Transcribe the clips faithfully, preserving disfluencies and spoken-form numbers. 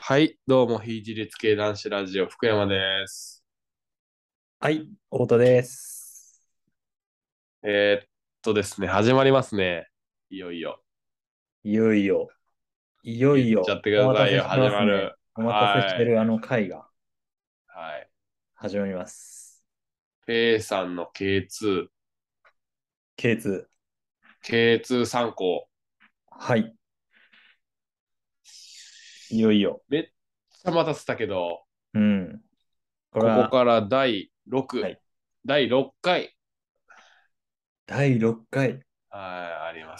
はい、どうも、非自立系男子ラジオ、福山です。 はい、太田です。 えーっとですね、始まりますね。いよいよ。 いよいよ、いよ言っいよ、 ちゃってくおださいよ、 待たせして始ますね。 まる。 お待たせしはい。 てるあの回がはい。 始まります。 ペイさんの ケーツー、 ケーツー。 ケーツー 参考。 はい、いよいよ。 めっちゃ待たせたけど、 うん。これここは、 からだいろく、 はい、 だいろっかい、 だいろっかい。 はい、あります。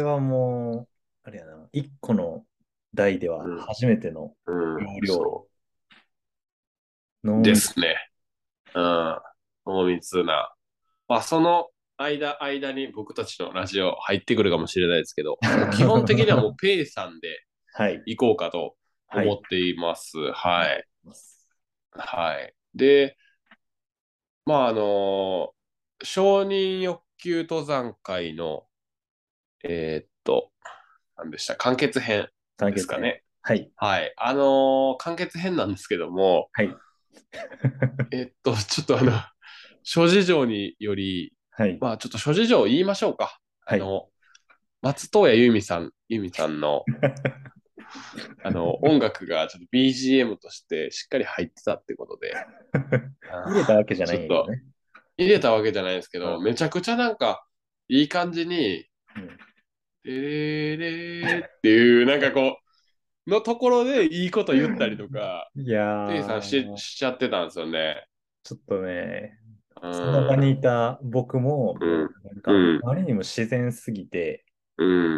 これはもう、あれやな、いっこの台ではうん、 初めてのうん、 容量、 そ濃う。で密。 すね。うん。濃密な。まあ、その間、間に僕たちのラジオ入ってくるかもしれないですけど、もう基本的にはもうペイさんではい、 行こうかとはい、 思っています。 お願いはい。 します。 はい。で、まあ、あの承認欲求登山会の、えーっと、何でした、完結編完結編。 ですかね。 はい、 はい。あのー完結編なんですけども、 はい、 えっと、ちょっとあの、諸事情により、 はい、 まあ、ちょっと諸事情を言いましょうか。あはい。 の、松任谷由実さん、由実さんの、あの、音楽がちょっと ビージーエム としてしっかり入ってたってことで、あ入れたわけじゃなちょっといんやけどね。 入れたわけじゃないですけど、 うん。 めちゃくちゃなんかいい感じに、 うん。 でれれーっていう、なんかこう、のところでいいこと言ったりとか、 いやペイさんし、 ー、 しちゃってたんですよね。 ちょっとね、 うその場にいん、 た僕も、 うん、 なんか、 うん、 あまりにも自然すぎて、 うん、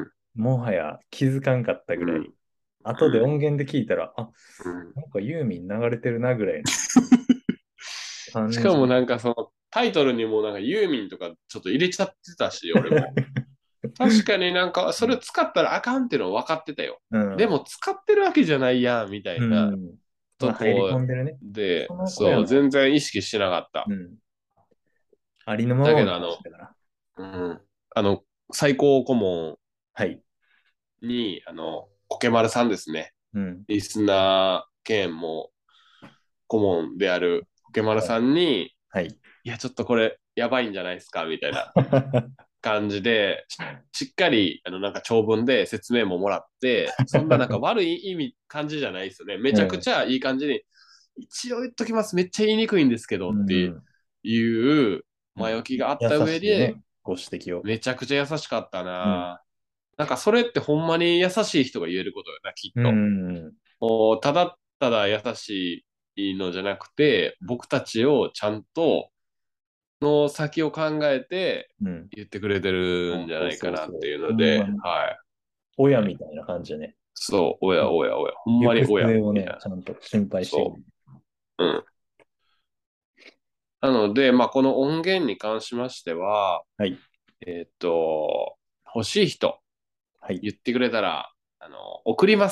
もはや気づかんかったぐらい、 うん、 後でうん、 音源で聞いたら、あ、 うん。 なんかユーミン流れてるなぐらいの感じ。 しかもなんかそのタイトルにもなんかユーミンとかちょっと入れちゃってたし、俺も。確かになんかそれ使ったらあかんっていうのは分かってたよ。 うん。 でも使ってるわけじゃないやんみたういなん。まあ、入りとこ込んでるね。 で、 その声そう、 も、 全然意識してなかった。 うん。ありのままを流だけどあの、 してたから。 うん、あの、最高顧問はい。 に、あの、コケマルさんですね。 うん。 リスナー兼も顧問であるコケマルはい。 さんに、 はい。 いや、ちょっとこれやばいんじゃないですかみたいな感じで、しっかり、あの、なんか長文で説明ももらって、そんななんか悪い意味、感じじゃないですよね。めちゃくうん。 ちゃいい感じに、一応言っときます。めっちゃ言いにくいんですけどうってん。 いううん。 前置きがあっ優た上で、 しいね、ご指摘を。 めちゃくちゃ優しかったうん。 な。なんかそれってほんまに優しい人が言えることよな、きっうと。 ん。 もうただただ優しいのじゃなくて、僕たちをちゃんとの先を考えてうん。 言ってくれてるんじゃそうないかそうそう。 なっていうほので、 んまに、 はい。はい。 親みたいな感じでね。 そう、おやうん。 おやおや、ほんま行くにおや、 末をね、 みたいな。 ちゃんと心配してくれそる。 う。うん。なので、まあ、この音源に関しましては、 はい。 えーっと、欲しい人、 はい。 言ってくれたら、あの、送ります。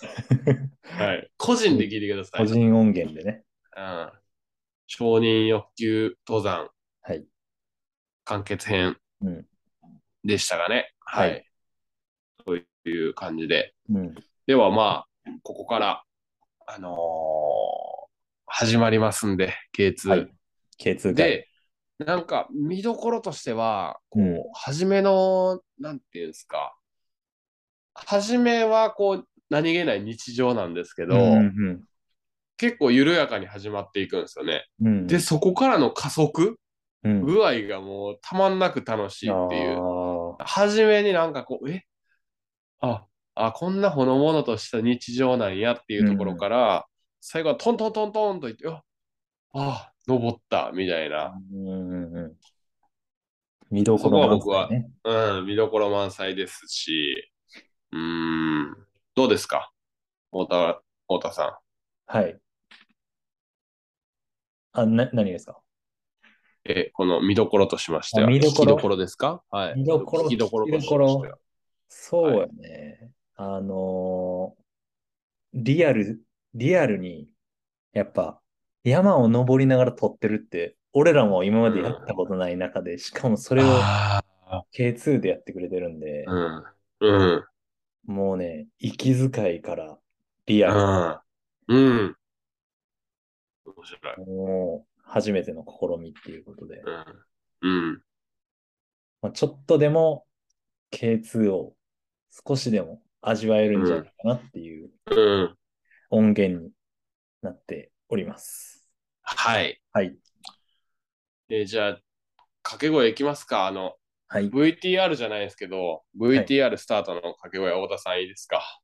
はい。個人で聞いてください。 個人音源でね。 うん。承認欲求登山はい。 完結編うん。 でしたがね。 はい。 はい。という感じで。 うん。 ではまあ、ここから、あのー始まりますんで、 はい。 ケーツー。 ケーツー 回。 で、なんか見どころとしては、 うん。 こう、初めの、なんていうんですか、初めはこう、何気ない日常なんですけうん。 ど、 うん。 結構緩やかに始まっていくんですよね。で、 うん。 そこからの加速うん。 具合がもうたまんなく楽しあいっていう。 あ。 初めになんかこう、え、あ、あ、こんなほのぼのとした日常なんやっていうところうん。 から、最後はトントントントンと言って、あ、あ、登ったみたいな。 うん。うん。見どこそこはろ満僕は、 載ね。 うん、見どころ満載ですし、うーん、どうですか太田、太田さはい。あ、な、何ですか？ ん。え、この見どころとしましあ、 ては、 見どころ。 聞きどころですか？はい。 見どころ、 聞きどころ聞きどとしましてころ。 は。はそうやい。 ね。あのーリアル、リアルに、やっぱ、山を登りながら撮ってるって、俺らも今までやっうん。 たことない中で、しかもそれをああ、 ケーツー でやってくれてるんで、 うん。うん。 もうね、息遣いからリうアル。 ん。 うん。面白い。 もう、初めての試みっていうことで、 うん。うん。 まあ、ちょっとでも ケーツー を少しでも味わえるんじゃうん。 ないかなっていううん。 音源になっております。 はい。 はい。 えーじゃあ、掛け声いきますか。あの、 はい。 ブイティーアール じゃないですけど、 はい。 ブイティーアール スタートの掛け声、太田さんいいですか？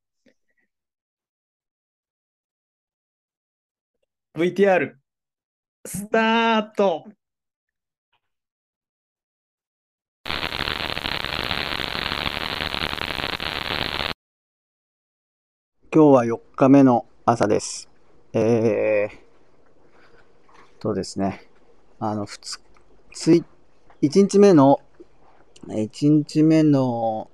ブイティーアール、スタート。 今日はよっかめの朝です。えーとですね、あの、ふつ、つい、いちにちめの、いちにちめの、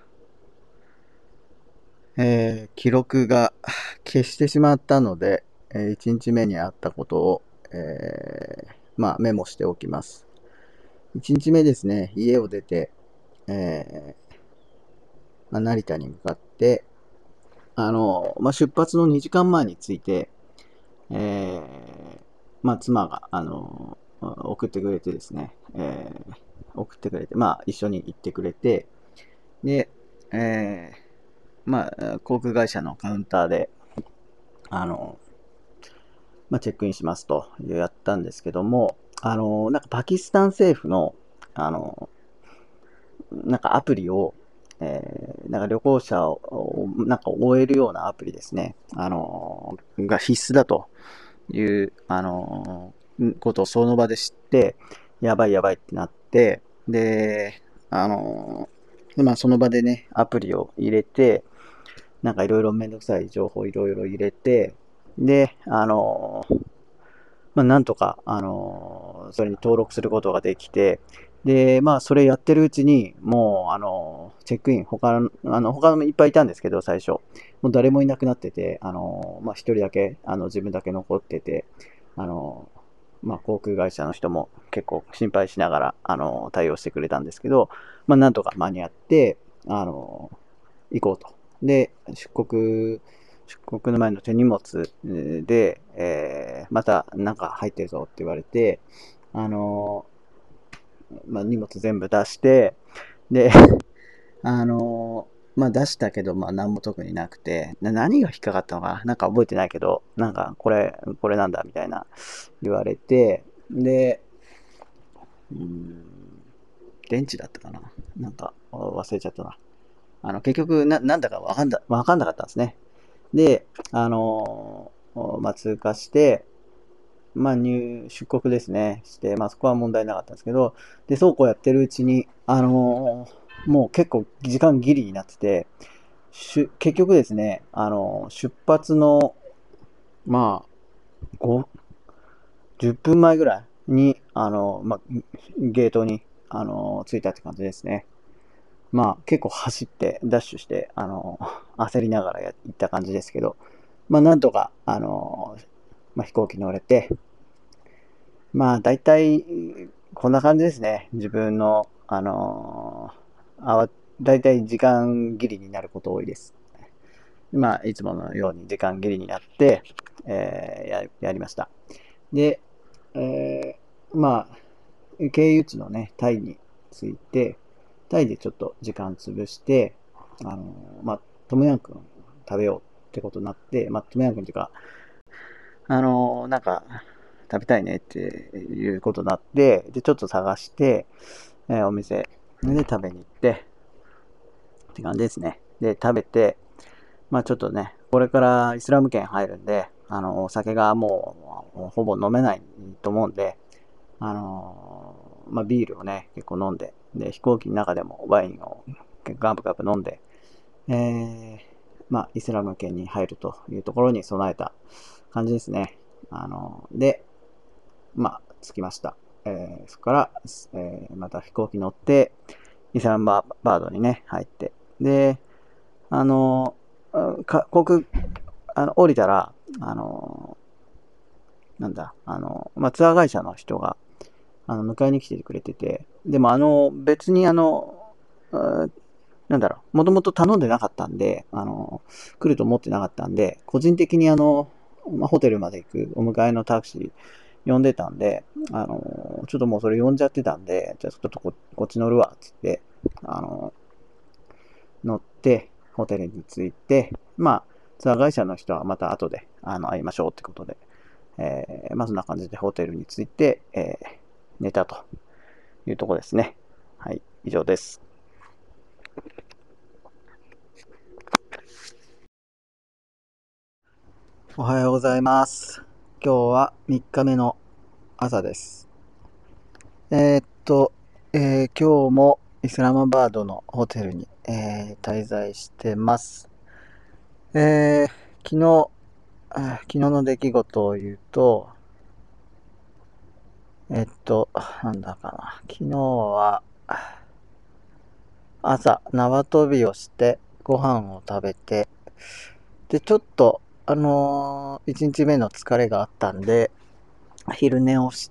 えー記録が消してしまったので、えーいちにちめにあったことを、えーまあ、メモしておきます。いちにちめですね、家を出て、えーまあ、成田に向かって、あの、まあ、出発のにじかんまえに着いて、えー、まあ、妻が、あの、送ってくれてですね、えー、送ってくれて、まあ、一緒に行ってくれて、で、えー、まあ、航空会社のカウンターで、あの、まあ、チェックインしますというやったんですけども、あの、なんかパキスタン政府の、あの、なんかアプリを、えー、なんか旅行者を、なんか終えるようなアプリですね、あの、が必須だという、あのーことをその場で知って、やばいやばいってなって、で、あのーまあその場でね、アプリを入れて、なんかいろいろめんどくさい情報いろいろ入れて、で、あのーまあなんとか、あのーそれに登録することができて、で、まあそれやってるうちに、もう、あのーチェックイン、他の、あの、他のもいっぱいいたんですけど、最初。もう誰もいなくなってて、あのーまあ一人だけ、あの、自分だけ残ってて、あのーまあ航空会社の人も結構心配しながら、あのー対応してくれたんですけど、まあなんとか間に合って、あのー行こうと。で、出国、出国の前の手荷物で、えー、またなんか入ってるぞって言われて、あのーまあ、荷物全部出して、で、あのーまあ出したけど、まあ何も特になくて、な何が引っかかったのかななんか覚えてないけど、なんかこれ、これなんだみたいな言われて、で、うーん、電池だったかななんか忘れちゃったな。あの、結局な、なんだかわかんだ、わかんなかったんですね。で、あのーまあ、通過して、まあ、入、出国ですね、して、まあ、そこは問題なかったんですけど、で、そうこうやってるうちに、あのーもう結構時間ギリになってて、しゅ結局ですね、あのー出発の、まあ、ご、じゅっぷんまえぐらいに、あのーまあ、ゲートに、あのー着いたって感じですね。まあ、結構走って、ダッシュして、あのー焦りながらや行った感じですけど、まあ、なんとか、あのーまあ、飛行機乗れて、まあ、大体、こんな感じですね。自分の、あのー、あわ、大体時間切りになること多いです。まあ、いつものように時間切りになって、えーや、やりました。で、えーまあ、経由地のね、タイに着いて、タイでちょっと時間潰して、あのーまあ、トムヤンクン食べようってことになって、まあ、トムヤンクンっていうか、あのーなんか、食べたいねっていうことになって、で、ちょっと探して、えーお店で食べに行って、って感じですね。で、食べて、まあちょっとね、これからイスラム圏入るんで、あの、お酒がもうほぼ飲めないと思うんで、あのーまあビールをね、結構飲んで、で、飛行機の中でもワインをガブガブ飲んで、えー、まあイスラム圏に入るというところに備えた感じですね。あのーで、まあ、着きました。えー、そこから、えー、また飛行機乗って、イスラムバードにね、入って、で、あのー、か航空、あの、降りたら、あのー、なんだ、あのー、まあ、ツアー会社の人が、あの、迎えに来てくれてて、でも、あの、別にあの、なんだろう、もともと頼んでなかったんで、あの、来ると思ってなかったんで、個人的にあの、 まあ、ホテルまで行くお迎えのタクシー呼んでたんで、あのーちょっともうそれ呼んじゃってたんで、じゃあちょっとここっち乗るわ、つって、あのー乗って、ホテルに着いて、まあ、ツアー会社の人はまた後で、あの、会いましょうってことで、えー、まあそんな感じでホテルに着いて、えー、寝たというとこですね。はい、以上です。おはようございます。今日はみっかめの朝です。えーっと、えー今日もイスラマバードのホテルに、えー滞在してます。えー昨日、あ昨日の出来事を言うと、えっと、なんだかな。昨日は朝縄跳びをしてご飯を食べて、で、ちょっと、あのー、いちにちめの疲れがあったんで、昼寝をして、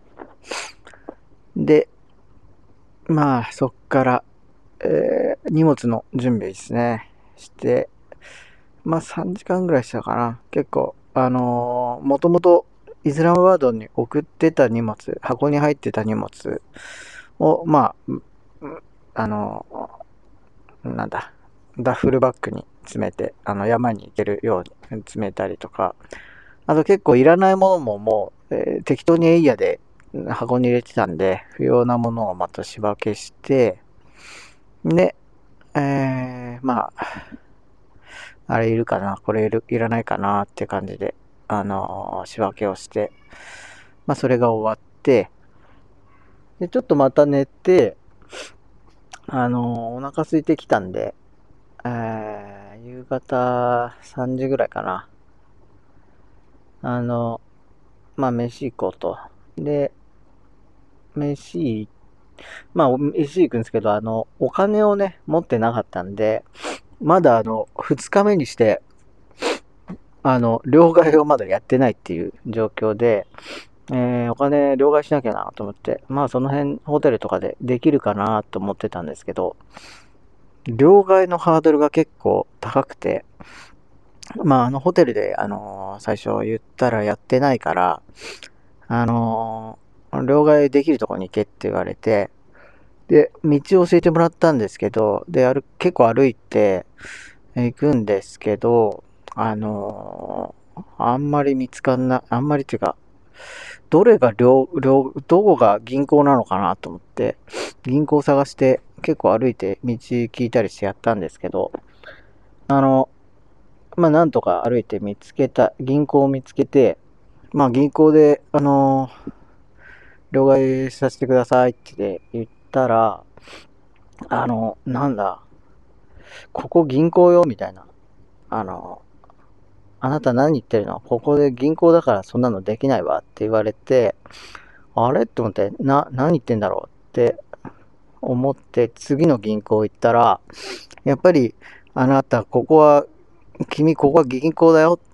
で、まあ、そっから、えー荷物の準備ですね。して、まあさんじかんぐらいしたかな。結構、あのー、もともとイスラマバードに送ってた荷物、箱に入ってた荷物を、まあ、あのー、なんだ、ダッフルバッグに詰めて、あの、山に行けるように詰めたりとか、あと結構いらないものももう、えー適当にエイヤで箱に入れてたんで、不要なものをまた仕分けして、で、えー、まあ、あれいるかな、これいる、いらないかなって感じで、あのー仕分けをして、まあそれが終わって、で、ちょっとまた寝て、あのーお腹空いてきたんで、えー、夕方さんじぐらいかな。あの、まあ飯行こうと。で、飯、まあ飯行くんですけど、あの、お金をね、持ってなかったんで、まだあの、二日目にして、あの、両替をまだやってないっていう状況で、えーお金両替しなきゃなと思って、まあその辺ホテルとかでできるかなと思ってたんですけど、両替のハードルが結構高くて、まああのホテルで、あのー最初言ったらやってないから、あのー両替できるとこに行けって言われて、で、道を教えてもらったんですけど、で、歩結構歩いてえー行くんですけど、あのーあんまり見つかんな、あんまりっていうか、どれが両、両、どこが銀行なのかなと思って、銀行を探して結構歩いて道聞いたりしてやったんですけど、あの、まあ、なんとか歩いて見つけた、銀行を見つけて、まあ、銀行で、あの両替させてくださいって言ったら、あの、なんだ、ここ銀行よ、みたいな。あの、あなた何言ってるの、ここで銀行だからそんなのできないわって言われて、あれって思って、な、何言ってんだろうって思って次の銀行行ったら、やっぱりあなた、ここは、君、ここは銀行だよ。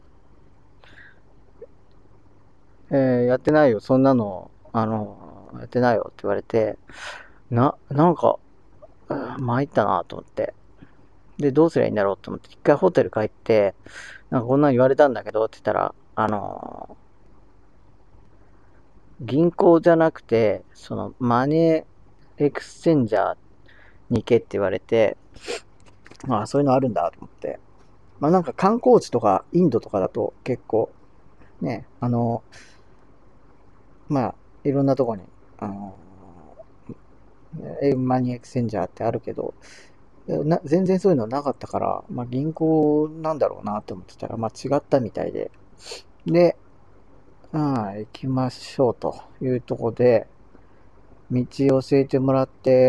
えーやってないよ。そんなの、あの、やってないよって言われて、な、なんか、参ったなと思って。で、どうすりゃいいんだろうと思って、一回ホテル帰って、なんかこんなの言われたんだけどって言ったら、あの銀行じゃなくて、その、マネーエクスチェンジャーに行けって言われて、ああ、そういうのあるんだと思って。まあなんか観光地とかインドとかだと結構ね、あの、まあいろんなとこに、あの、マニーエクスチェンジャーってあるけど、な全然そういうのなかったから、まあ銀行なんだろうなって思ってたら、まあ違ったみたいで。で、ああ、行きましょうというとこで、道を教えてもらって、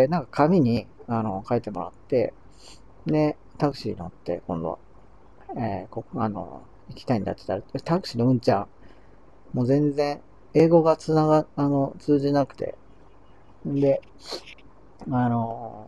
なんか紙にあの書いてもらって、で、タクシー乗って、今度は、えーここ、あの、行きたいんだって言ったら、タクシーのうんちゃん、もう全然、英語がつなが、あの、通じなくて。で、あの、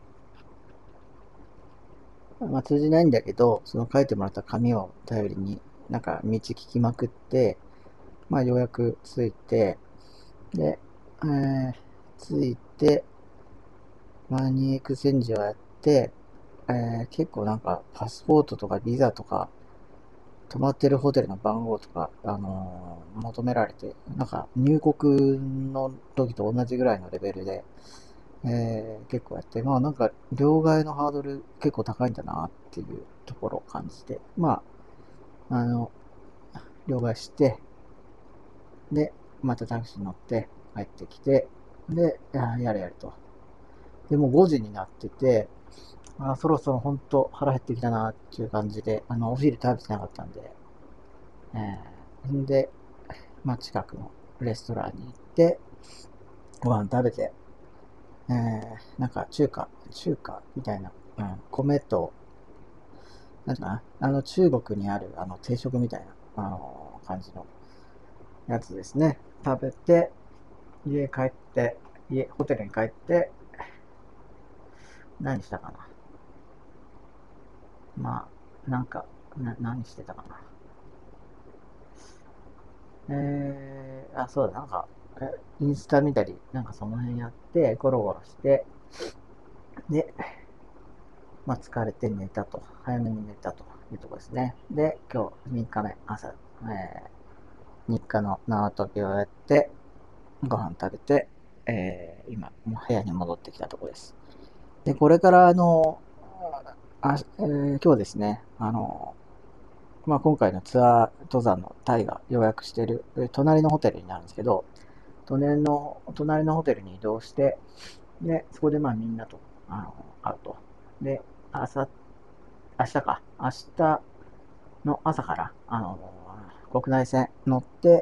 まあ、通じないんだけど、その書いてもらった紙を頼りに、なんか道聞きまくって、まあ、ようやく着いて、で、えー、着いて、マニーエクスチェンジをやって、えー、結構なんか、パスポートとかビザとか泊まってるホテルの番号とか、あのー求められて、なんか入国の時と同じぐらいのレベルで、えー結構やって、まあなんか両替のハードル結構高いんだなっていうところを感じて、まあ、あの、両替して、で、またタクシー乗って帰ってきて、で、あやれやれと。で、もうごじになってて、あそろそろほんと腹減ってきたなっていう感じで、あの、お昼食べてなかったんで、えー、んで、まあ近くのレストランに行って、ご飯食べて、えー、なんか中華、中華みたいな、うん、米と、なんていうかな、あの中国にあるあの定食みたいな、あの感じのやつですね。食べて、家帰って、家、ホテルに帰って、何したかな。まあ、なんか、な、何してたかな。えー、あ、そうだ、なんか、えインスタ見たり、なんかその辺やって、ゴロゴロして、で、まあ疲れて寝たと。早めに寝たというところですね。で、今日みっかめ、朝、えー、日課の縄跳びをやって、ご飯食べて、えー、今、もう部屋に戻ってきたところです。で、これから、あの、あ、えー今日ですね、あの、まあ、今回のツアー登山のタイが予約しているえー隣のホテルになるんですけど、隣の、隣のホテルに移動して、で、そこでまあみんなと、あの、会うと。で、朝、明日か、明日の朝から、あの、国内線乗って、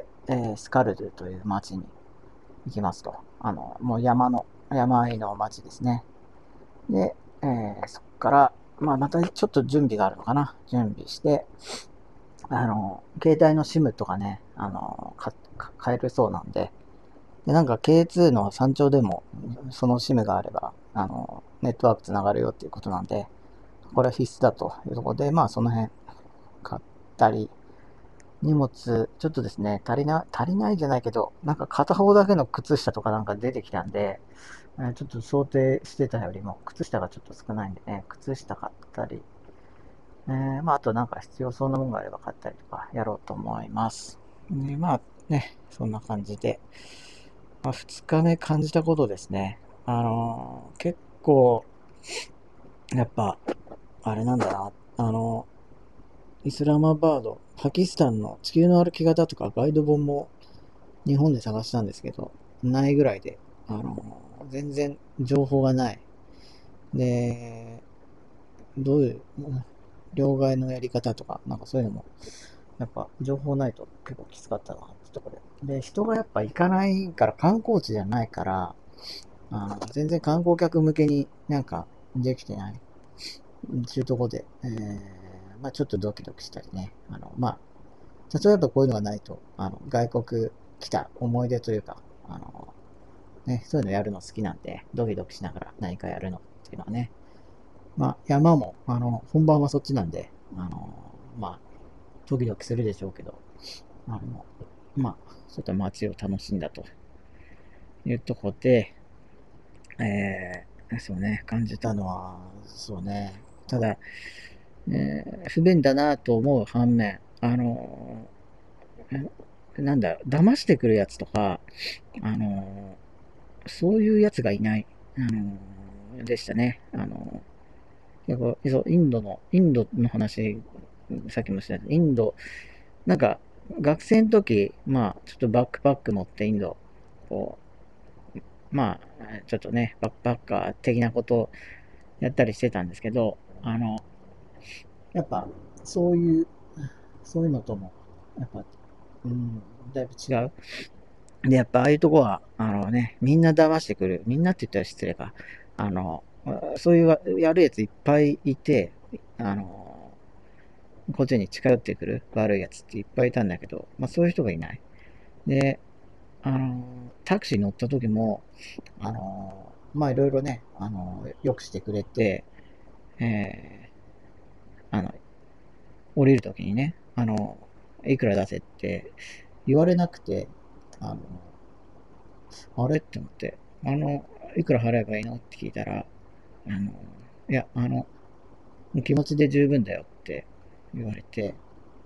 えースカルドゥという町に行きますと。あの、もう山の、山あいの町ですね。で、えーそこから、まあ、またちょっと準備があるのかな。準備して、あの、携帯の SIM とかね、あの、かか買えるそうなんで、で、なんか ケーツー の山頂でも、その SIM があれば、あの、ネットワークつながるよっていうことなんで、これは必須だというところで、まあ、その辺買ったり、荷物、ちょっとですね、足りな、足りないじゃないけど、なんか片方だけの靴下とかなんか出てきたんで、えーちょっと想定してたよりも、靴下がちょっと少ないんでね、靴下買ったり、えーまあ、あとなんか必要そうなものがあれば買ったりとかやろうと思います。で、まあね、そんな感じで、まあ、ふつかめ感じたことですね。あのー結構、やっぱ、あれなんだな、あのイスラマバード、パキスタンの地球の歩き方とかガイド本も日本で探したんですけど、ないぐらいで、あの全然情報がない。で、どういう、両替のやり方とか、なんかそういうのも、やっぱ情報ないと結構きつかったなってところで。で、人がやっぱ行かないから観光地じゃないから、あー全然観光客向けになんかできてない。っていうところで、えー、まあちょっとドキドキしたりね。あの、まあ、例えばこういうのがないと、あの、外国来た思い出というか、あの、ね、そういうのやるの好きなんで、ドキドキしながら何かやるのっていうのはね。まあ、山も、あの、本番はそっちなんで、あの、まあ、ドキドキするでしょうけど、あの、まあ、そういった街を楽しんだというところで、えー、そうね、感じたのは、そうね、ただ、えー不便だなと思う反面、あの、えなんだ、騙してくるやつとか、あの、そういうやつがいない、あの、でしたね。あの、結構そう、インドの、インドの話、さっきもしたインド、なんか、学生の時、まあ、ちょっとバックパック持ってインド、こう、まあ、ちょっとね、バックパッカー的なことをやったりしてたんですけど、あの、やっぱ、そういう、そういうのとも、やっぱ、うん、だいぶ違う。で、やっぱああいうとこは、あのね、みんな騙してくる。みんなって言ったら失礼か。あの、そういうやるやついっぱいいて、あの、こっちに近寄ってくる悪いやつっていっぱいいたんだけど、まあそういう人がいない。で、あの、タクシー乗った時も、あの、まあいろいろね、あの、よくしてくれて、えー、あの、降りる時にね、あの、いくら出せって言われなくて、あの、あれって思って、あの、いくら払えばいいのって聞いたら、あの、いや、あの、気持ちで十分だよって言われて、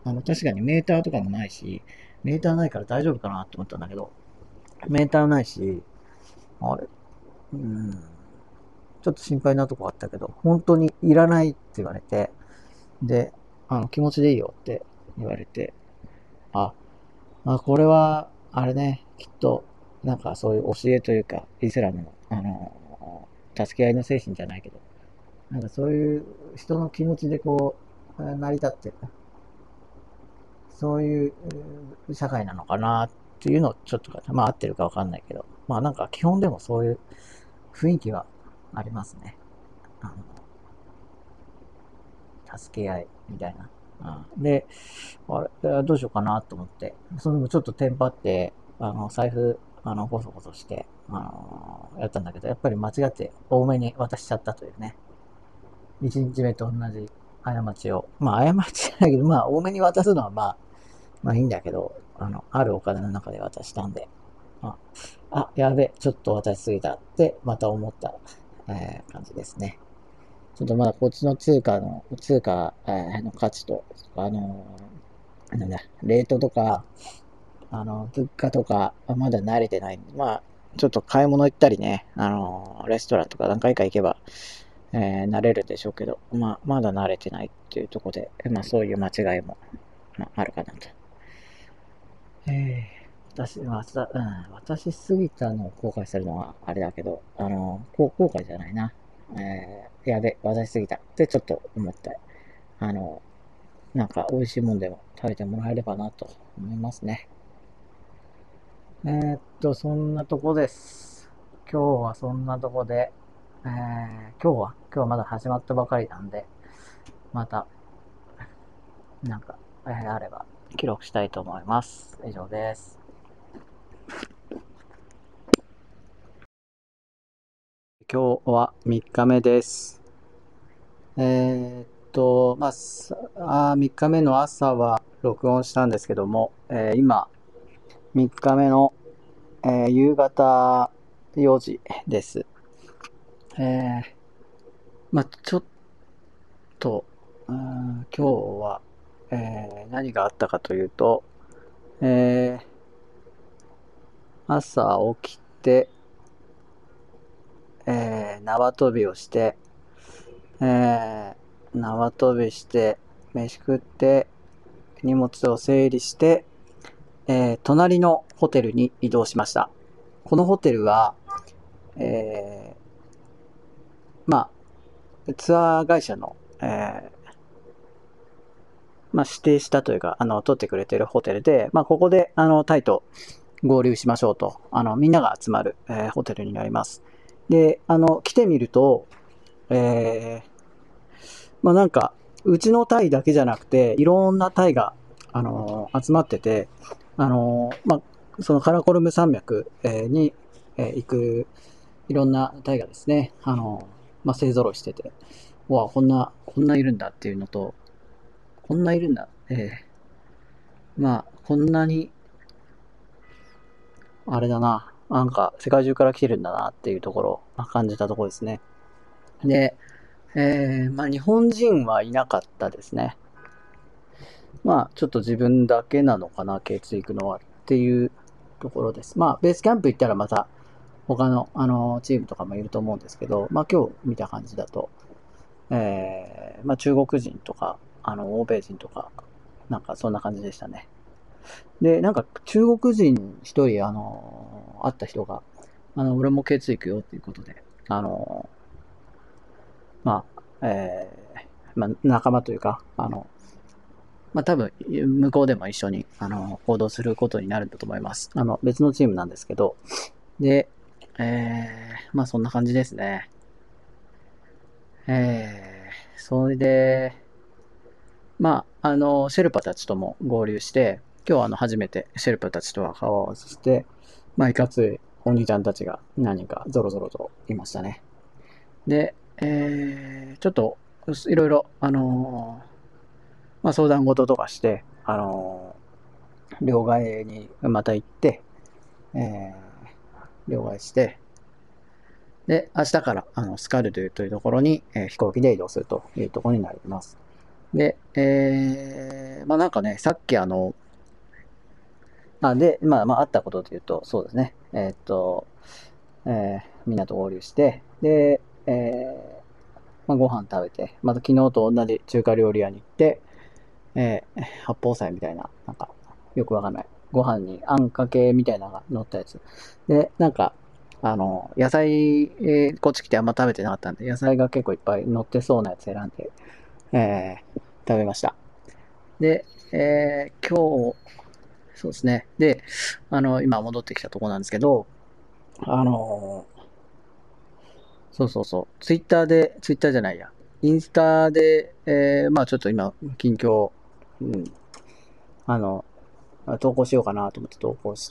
あの、確かにメーターとかもないし、メーターないから大丈夫かなって思ったんだけど、メーターないし、あれ、うん、ちょっと心配なとこあったけど、本当にいらないって言われて、で、あの、気持ちでいいよって言われて、あ、まあ、これは、あれね、きっと、なんかそういう教えというか、イスラムの、あの、助け合いの精神じゃないけど、なんかそういう人の気持ちでこう、成り立ってる、そういうう社会なのかなっていうのをちょっと、まあ合ってるかわかんないけど、まあなんか基本でもそういう雰囲気はありますね。あの助け合いみたいな。うん、で、あれ、どうしようかなと思って、それもちょっとテンパって、あの、財布、あの、ゴソゴソして、あの、やったんだけど、やっぱり間違って多めに渡しちゃったというね。一日目と同じ過ちを。まあ、過ちじゃないけど、まあ、多めに渡すのはまあ、まあいいんだけど、あの、あるお金の中で渡したんで、あ、あやべ、ちょっと渡しすぎたって、また思った、えー感じですね。ちょっとまだこっちの通貨の、通貨、えーの価値と、あのーなんだ、レートとか、あの、物価とか、まだ慣れてないんで、まあ、ちょっと買い物行ったりね、あのーレストランとか何回か行けば、えー慣れるでしょうけど、まあ、まだ慣れてないっていうところで、まあ、そういう間違いも、まあ、あるかなと。えー私、わた、うん、渡しすぎたのを後悔するのはあれだけど、あの、こう後悔じゃないな。えーやべ、渡しすぎたってちょっと思った。あの、なんか美味しいもんでも食べてもらえればなと思いますね。えーっと、そんなとこです。今日はそんなとこで、えー今日は、今日はまだ始まったばかりなんで、また、なんか、えーあれば記録したいと思います。以上です。今日はみっかめです。えーっと、まあ、さあーみっかめの朝は録音したんですけども、えー今、みっかめの、えー夕方よじです。えー、まあ、ちょっと、うーん今日は、えー何があったかというと、えー朝起きて、えー縄跳びをして、えー縄跳びして、飯食って、荷物を整理して、えー隣のホテルに移動しました。このホテルは、えーまあ、ツアー会社の、えーまあ、指定したというか、あの、取ってくれてるホテルで、まあ、ここで、あの、タイと合流しましょうと、あの、みんなが集まる、えーホテルになります。で、あの、来てみると、えーまあ、なんか、うちのタイだけじゃなくて、いろんなタイが、あのー集まってて、あのーまあ、そのカラコルム山脈、えーに、えー行く、いろんなタイがですね、あのーまあ、勢揃いしてて、うわ、こんな、こんないるんだっていうのと、こんないるんだ、えーまあ、こんなに、あれだな、なんか、世界中から来てるんだなっていうところを、まあ、感じたところですね。で、えーまあ、日本人はいなかったですね。まあ、ちょっと自分だけなのかな、ケーツ行くのはっていうところです。まあ、ベースキャンプ行ったらまた他の、あの、チームとかもいると思うんですけど、まあ今日見た感じだと、えー、まあ中国人とか、あの、欧米人とか、なんかそんな感じでしたね。で、なんか中国人一人、あの、会った人が、あの、俺もケーツ行くよっていうことで、あの、まあ、えー、まあ仲間というか、あの、まあ多分、向こうでも一緒に、あの、行動することになるんだと思います。あの、別のチームなんですけど、で、えー、まあそんな感じですね。えー、それで、まあ、あの、シェルパたちとも合流して、今日はあの、初めてシェルパたちとは顔合わせして、まあ、いかついお兄ちゃんたちが何人かゾロゾロといましたね。で、えー、ちょっと、いろいろ、あのーまあ、相談事とかして、あのー両替にまた行って、えー、両替して、で、明日からあのスカルドゥというところに、えー飛行機で移動するというところになります。 で、えー、まあなんかね、さっきあの、あ、で、まあまああったことというと、そうですね。えーっと、えー、みんなと合流して、で、えー、まあご飯食べて、また昨日と同じ中華料理屋に行って、えー、八宝菜みたいな、なんか、よくわかんない。ご飯にあんかけみたいなのが乗ったやつ。で、なんか、あの、野菜、えーこっち来てあんま食べてなかったんで、野菜が結構いっぱい乗ってそうなやつ選んで、えー、食べました。で、えー、今日、そうですね。で、あの、今戻ってきたところなんですけど、あの、そうそうそう、ツイッターで、ツイッターじゃないや、インスタで、えー、まあちょっと今、近況、うん、あの、投稿しようかなと思って投稿して、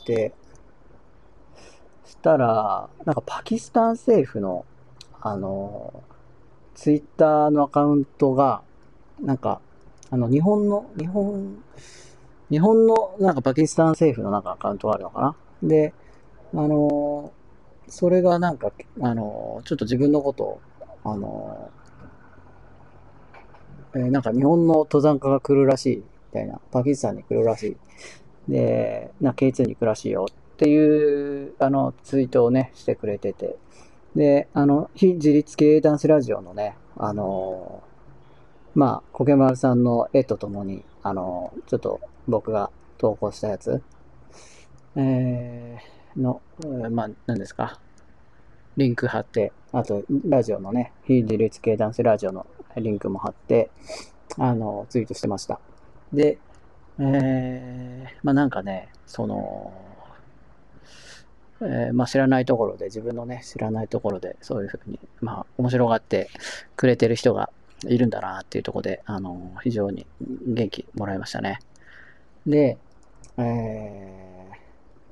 したら、なんかパキスタン政府の、あの、ツイッターのアカウントが、なんか、あの、日本の、日本、日本の、なんかパキスタン政府のなんかアカウントがあるのかな。で、あの、それがなんか、あの、ちょっと自分のことを、あの、えーなんか日本の登山家が来るらしい、みたいな、パキスタンに来るらしい。で、な、ケーツー に来るらしいよっていう、あの、ツイートをね、してくれてて、で、あの、非自立系男子ラジオのね、あのーまあ、コケマルさんの絵とともに、あのーちょっと僕が投稿したやつ、えー、の、えーまあ、何ですか、リンク貼って、あと、ラジオのね、非自立系男子ラジオのリンクも貼って、あのーツイートしてました。で、えー、まあなんかね、その、えーまあ、知らないところで、自分のね、知らないところで、そういうふうに、まあ、面白がってくれてる人がいるんだなっていうところで、あの、非常に元気もらいましたね。で、えー、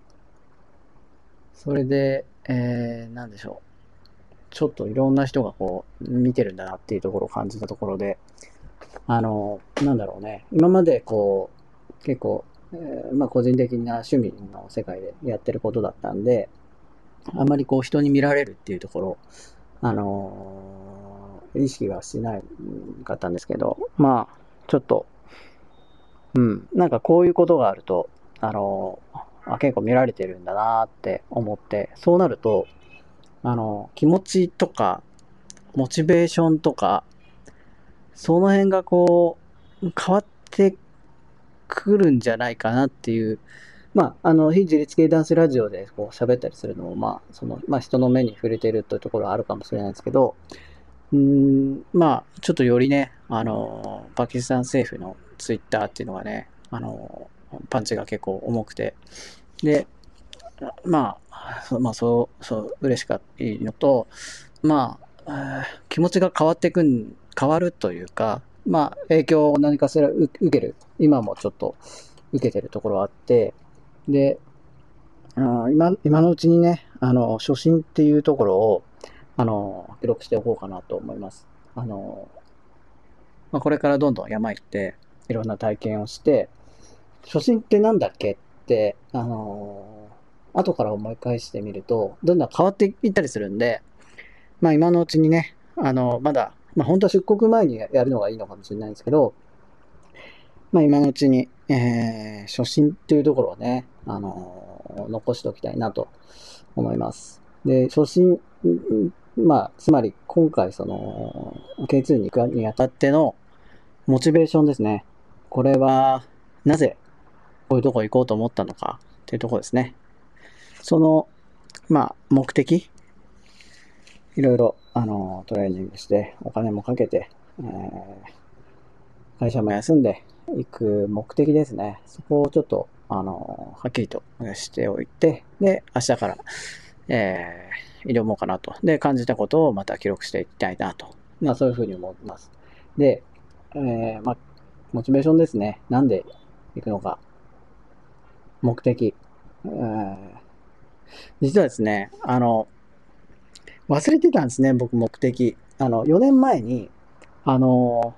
それで、えー、なんでしょう。ちょっといろんな人がこう、見てるんだなっていうところを感じたところで、あの、なんだろうね。今までこう、結構、えーまあ個人的な趣味の世界でやってることだったんで、あまりこう人に見られるっていうところ、あのー意識はしないかったんですけど、まあ、ちょっと、うん、なんかこういうことがあると、あのーあ、結構見られてるんだなって思って、そうなると、あのー気持ちとか、モチベーションとか、その辺がこう、変わってくるんじゃないかなっていう、まあ、あの、非自立系ダンスラジオでこう喋ったりするのも、まあ、その、まあ人の目に触れてるというところはあるかもしれないですけど、うーん、まあ、ちょっとよりね、あの、パキスタン政府のツイッターっていうのがね、あの、パンチが結構重くて、で、まあ、そまあ、そう、そう、嬉しかったのと、まあ、気持ちが変わっていくん、変わるというか、まあ、影響を何かしら受ける。今もちょっと受けてるところはあって、で、あ今、今のうちにね、あの、初心っていうところを、あの、記録しておこうかなと思います。あの、まあ、これからどんどん山行って、いろんな体験をして、初心ってなんだっけって、あのー後から思い返してみると、どんどん変わっていったりするんで、まあ今のうちにね、あのーまだ、まあ本当は出国前にやるのがいいのかもしれないんですけど、まあ今のうちに、えー、初心っていうところをね、あのー残しておきたいなと思います。で、初心、まあ、つまり今回その、ケーツー に行くにあたっての、モチベーションですね。これは、なぜこういうとこ行こうと思ったのかっていうところですね。その、まあ、目的、いろいろ、あの、トレーニングして、お金もかけて、えー会社も休んでいく目的ですね。そこをちょっと、あの、はっきりとしておいて、で、明日から、えー、挑もうかなと。で、感じたことをまた記録していきたいなと。まあ、そういうふうに思います。で、えー、まあ、モチベーションですね。なんで行くのか。目的。えー実はですね、あの、忘れてたんですね、僕目的。あの、よねんまえに、あの、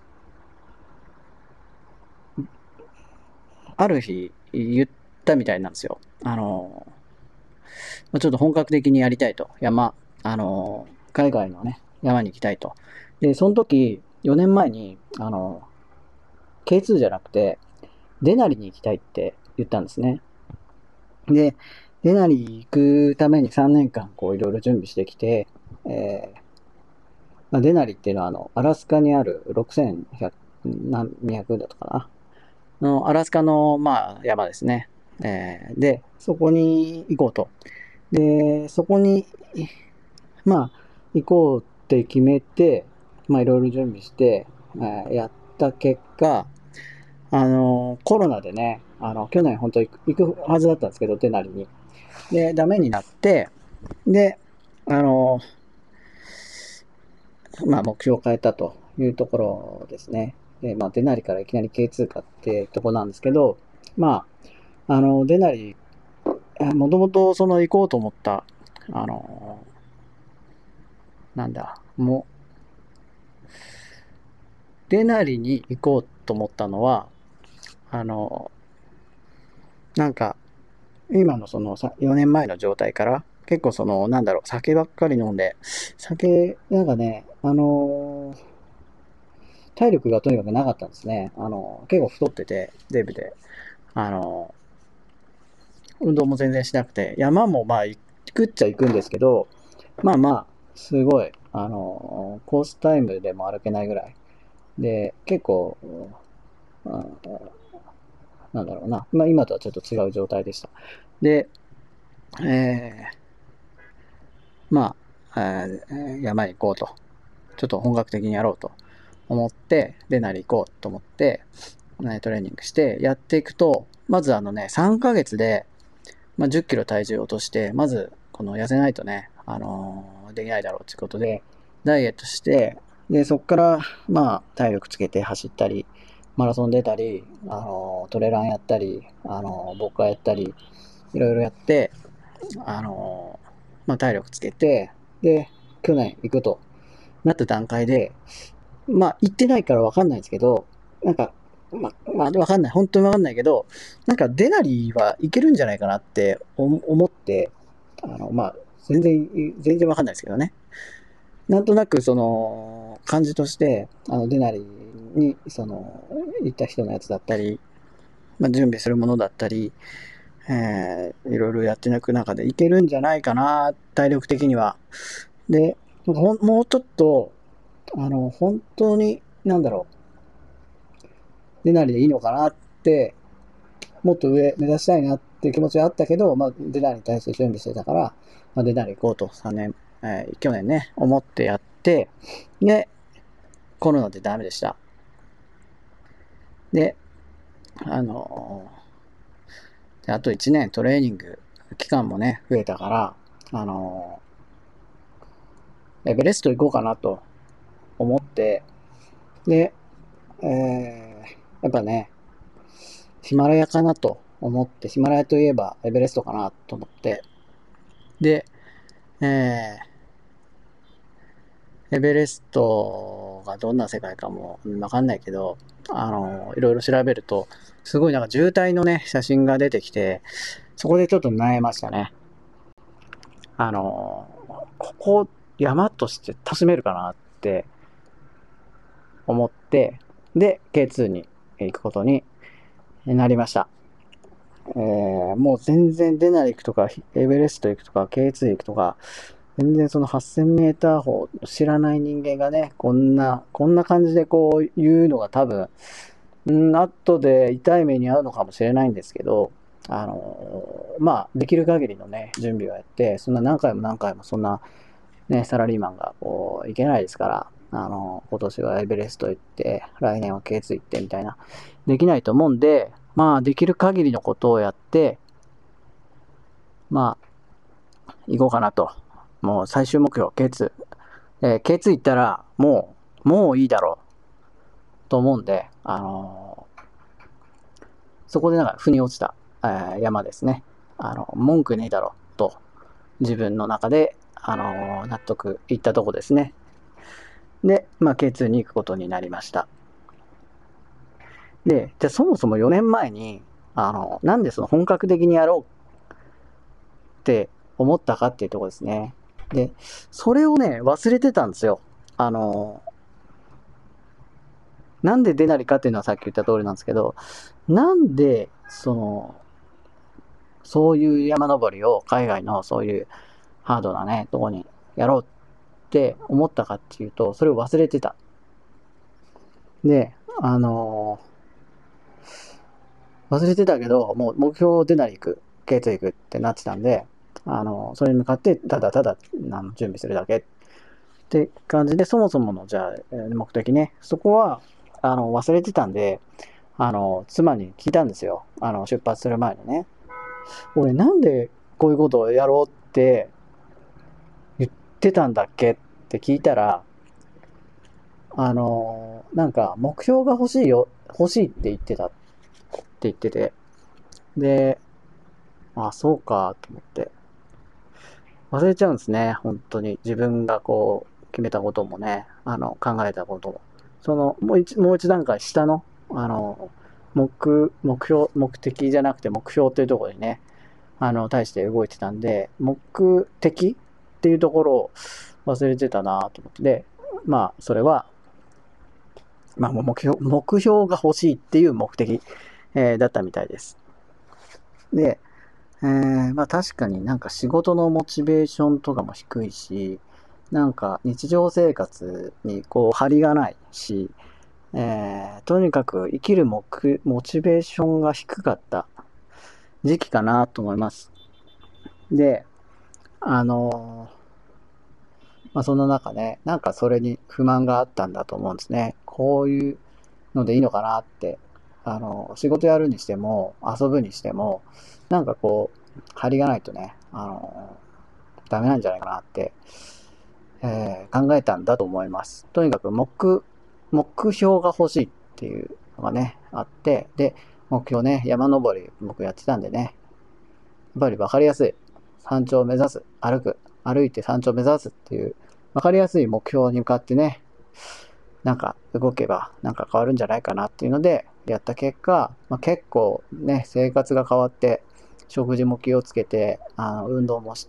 ある日言ったみたいなんですよ。あの、ちょっと本格的にやりたいと。山、あの、海外のね、山に行きたいと。で、その時、よねんまえに、あの、 ケーツー じゃなくて、デナリに行きたいって言ったんですね。で、デナリ行くためにさんねんかんこういろいろ準備してきて、えーまあ、デナリっていうのはあの、アラスカにあるろくせんにひゃく、にひゃくだとかな。のアラスカの、まあ、山ですね。えーで、そこに行こうと。で、そこに、まあ、行こうって決めて、まあ、いろいろ準備して、えーやった結果、あのーコロナでね、あの、去年本当行く行くはずだったんですけど、デナリに。で、ダメになって、で、あのーまあ、目標を変えたというところですね。で、まあ、デナリからいきなり ケーツー かってとこなんですけど、まあ、あの、デナリ、もともとその行こうと思った、あのーなんだ、もう、デナリに行こうと思ったのは、あのーなんか、今のそのさよねんまえの状態から、結構その、なんだろう、酒ばっかり飲んで、酒、なんかね、あのー体力がとにかくなかったんですね。あのー結構太ってて、デブで、あのー運動も全然しなくて、山もまあ行くっちゃ行くんですけど、まあまあ、すごい、あのーコースタイムでも歩けないぐらい。で、結構、あなんだろうな、まあ今とはちょっと違う状態でした。で、えー、まあ、えー山に行こうと。ちょっと本格的にやろうと思って、で、なり行こうと思って、トレーニングしてやっていくと、まずあのね、さんかげつで、まあ、じゅっキロ体重を落として、まず、この痩せないとね、あのーできないだろうということで、ダイエットして、で、そこから、まあ、体力つけて走ったり、マラソン出たり、あのートレランやったり、あのー、僕がやったり、いろいろやって、あのーまあ、体力つけて、で、去年行くとなった段階で、まあ、行ってないからわかんないんですけど、なんか、まあ、まあ、わかんない。本当にわかんないけど、なんか、デナリはいけるんじゃないかなって思って、あの、まあ、全然、全然わかんないですけどね。なんとなく、その、感じとして、あの、デナリに、その、行った人のやつだったり、まあ、準備するものだったり、えー、いろいろやっていく中でいけるんじゃないかな、体力的には。で、もうちょっと、あの、本当に、なんだろう、デナリでいいのかなって、もっと上目指したいなっていう気持ちはあったけど、まあ、デナリに対して準備してたから、まあ、デナリ行こうとさんねん、えー、去年ね、思ってやって、で、コロナでダメでした。で、あのー、あといちねんトレーニング期間もね、増えたから、あのー、エベレスト行こうかなと思って、で、えー、やっぱね、ヒマラヤかなと思って、ヒマラヤといえばエベレストかなと思って、で、えー、エベレストがどんな世界かもわかんないけど、あの、いろいろ調べると、すごいなんか渋滞のね、写真が出てきて、そこでちょっと悩みましたね。あの、ここ山として楽しめるかなって思って、で、ケーツー に行くことになりました。えー、もう全然デナリ行くとか、エベレスト行くとか、ケーツー 行くとか、全然そのはっせんメーター歩知らない人間がね、こんな、こんな感じでこう言うのが多分、ん後で痛い目に遭うのかもしれないんですけど、あのー、まあ、できる限りのね、準備をやって、そんな何回も何回もそんな、ね、サラリーマンがこう、いけないですから、あのー、今年はエベレスト行って、来年はケーツー行ってみたいな、できないと思うんで、まあ、できる限りのことをやって、まあ、行こうかなと。もう最終目標、ケーツー。えー、ケーツー 行ったら、もう、もういいだろう、と思うんで、あのー、そこでなんか、腑に落ちた、えー、山ですね。あの、文句ねえだろう、と、自分の中で、あのー、納得いったとこですね。で、まあ、ケーツー に行くことになりました。で、じゃあそもそもよねんまえに、あの、なんでその本格的にやろうって思ったかっていうところですね。で、それをね、忘れてたんですよ。あの、 なんでデナリかっていうのはさっき言った通りなんですけど、なんで、その、そういう山登りを海外のそういうハードなね、とこにやろうって思ったかっていうと、それを忘れてた。で、あのー忘れてたけど、もう目標デナリ行く、ケイツ行くってなってたんで、あのーそれに向かってただただあの準備するだけって感じで、そもそものじゃあえー目的ね、そこはあの忘れてたんで、あの妻に聞いたんですよ。あの出発する前にね、俺なんでこういうことをやろうって言ってたんだっけって聞いたら、あのーなんか目標が欲しいよ、欲しいって言ってたって言ってて、で、あ、そうかと思って、忘れちゃうんですね、本当に。自分がこう決めたこともね、あの考えたことも。そのもう一もう一段階下の、あの目目標、目的じゃなくて目標っていうところにね、あの対して動いてたんで、目的っていうところを忘れてたなと思って、で、まあそれは、まあ、目標目標が欲しいっていう目的、えーだったみたいです。で、えーまあ確かになんか仕事のモチベーションとかも低いし、なんか日常生活にこう張りがないし、えーとにかく生きるモモチベーションが低かった時期かなと思います。で、あのーまあその中ね、なんかそれに不満があったんだと思うんですね。こういうのでいいのかなって、あの仕事やるにしても遊ぶにしても、なんかこう張りがないとね、あのダメなんじゃないかなって、えー考えたんだと思います。とにかく目目標が欲しいっていうのがねあって、で目標ね、山登り僕やってたんでね、やっぱり分かりやすい、山頂を目指す、歩く歩いて山頂を目指すっていう分かりやすい目標に向かってね、なんか動けばなんか変わるんじゃないかなっていうのでやった結果、まあ、結構ね生活が変わって、食事も気をつけて、あの運動もして、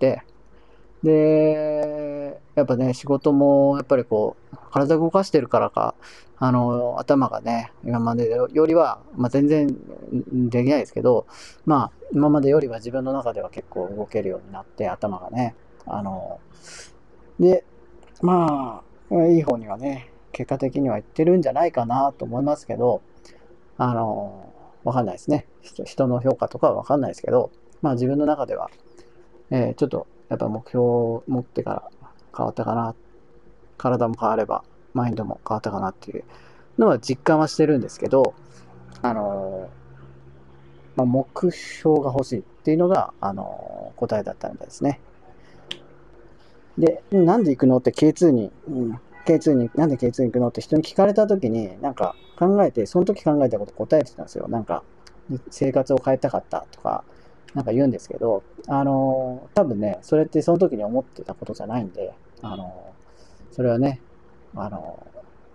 でやっぱね仕事もやっぱりこう体動かしてるからか、あの頭がね今までよりは、まあ、全然できないですけど、まあ今までよりは自分の中では結構動けるようになって、頭がね、あのでまあいい方にはね結果的にはいってるんじゃないかなと思いますけど、あのわかんないですね。人人の評価とかはわかんないですけど、まあ自分の中では、えーちょっとやっぱ目標を持ってから変わったかな、体も変わればマインドも変わったかなっていうのは実感はしてるんですけど、あのまあ、目標が欲しいっていうのが、あの答えだったみたいですね。で、なんで行くのって ケーツー に、うん、ケーツー に、なんで ケーツー に行くのって人に聞かれたときに、なんか考えて、その時考えたこと答えてたんですよ。なんか、生活を変えたかったとか、なんか言うんですけど、あの、多分ね、それってその時に思ってたことじゃないんで、あの、それはね、あの、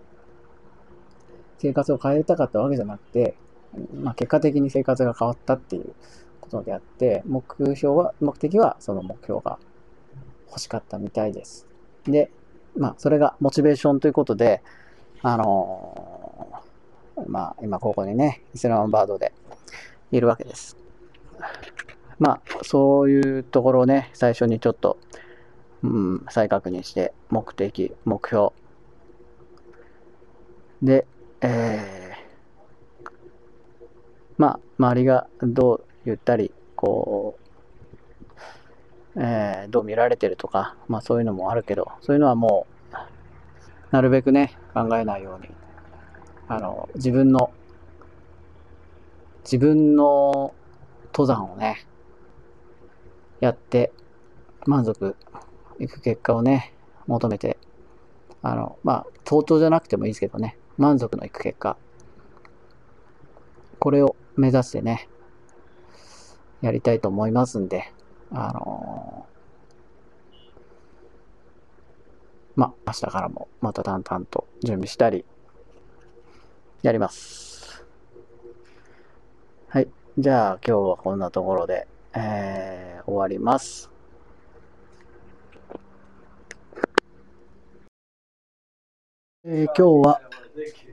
生活を変えたかったわけじゃなくて、まあ、結果的に生活が変わったっていうことであって、目標は、目的はその目標が欲しかったみたいです。で、まあ、それがモチベーションということで、あのーまあ、今ここにね、イスラマバードでいるわけです。まあ、そういうところをね、最初にちょっと、うん、再確認して、目的、目標。で、えー、まあ、周りがどう言ったり、こう、えー、どう見られてるとか、まあそういうのもあるけど、そういうのはもう、なるべくね、考えないように、あの、自分の、自分の登山をね、やって、満足いく結果をね、求めて、あの、まあ、登頂じゃなくてもいいですけどね、満足のいく結果、これを目指してね、やりたいと思いますんで、あのーまあ、明日からもまた淡々と準備したり、やります。はい。じゃあ、今日はこんなところで、えー、終わります。えー今日は、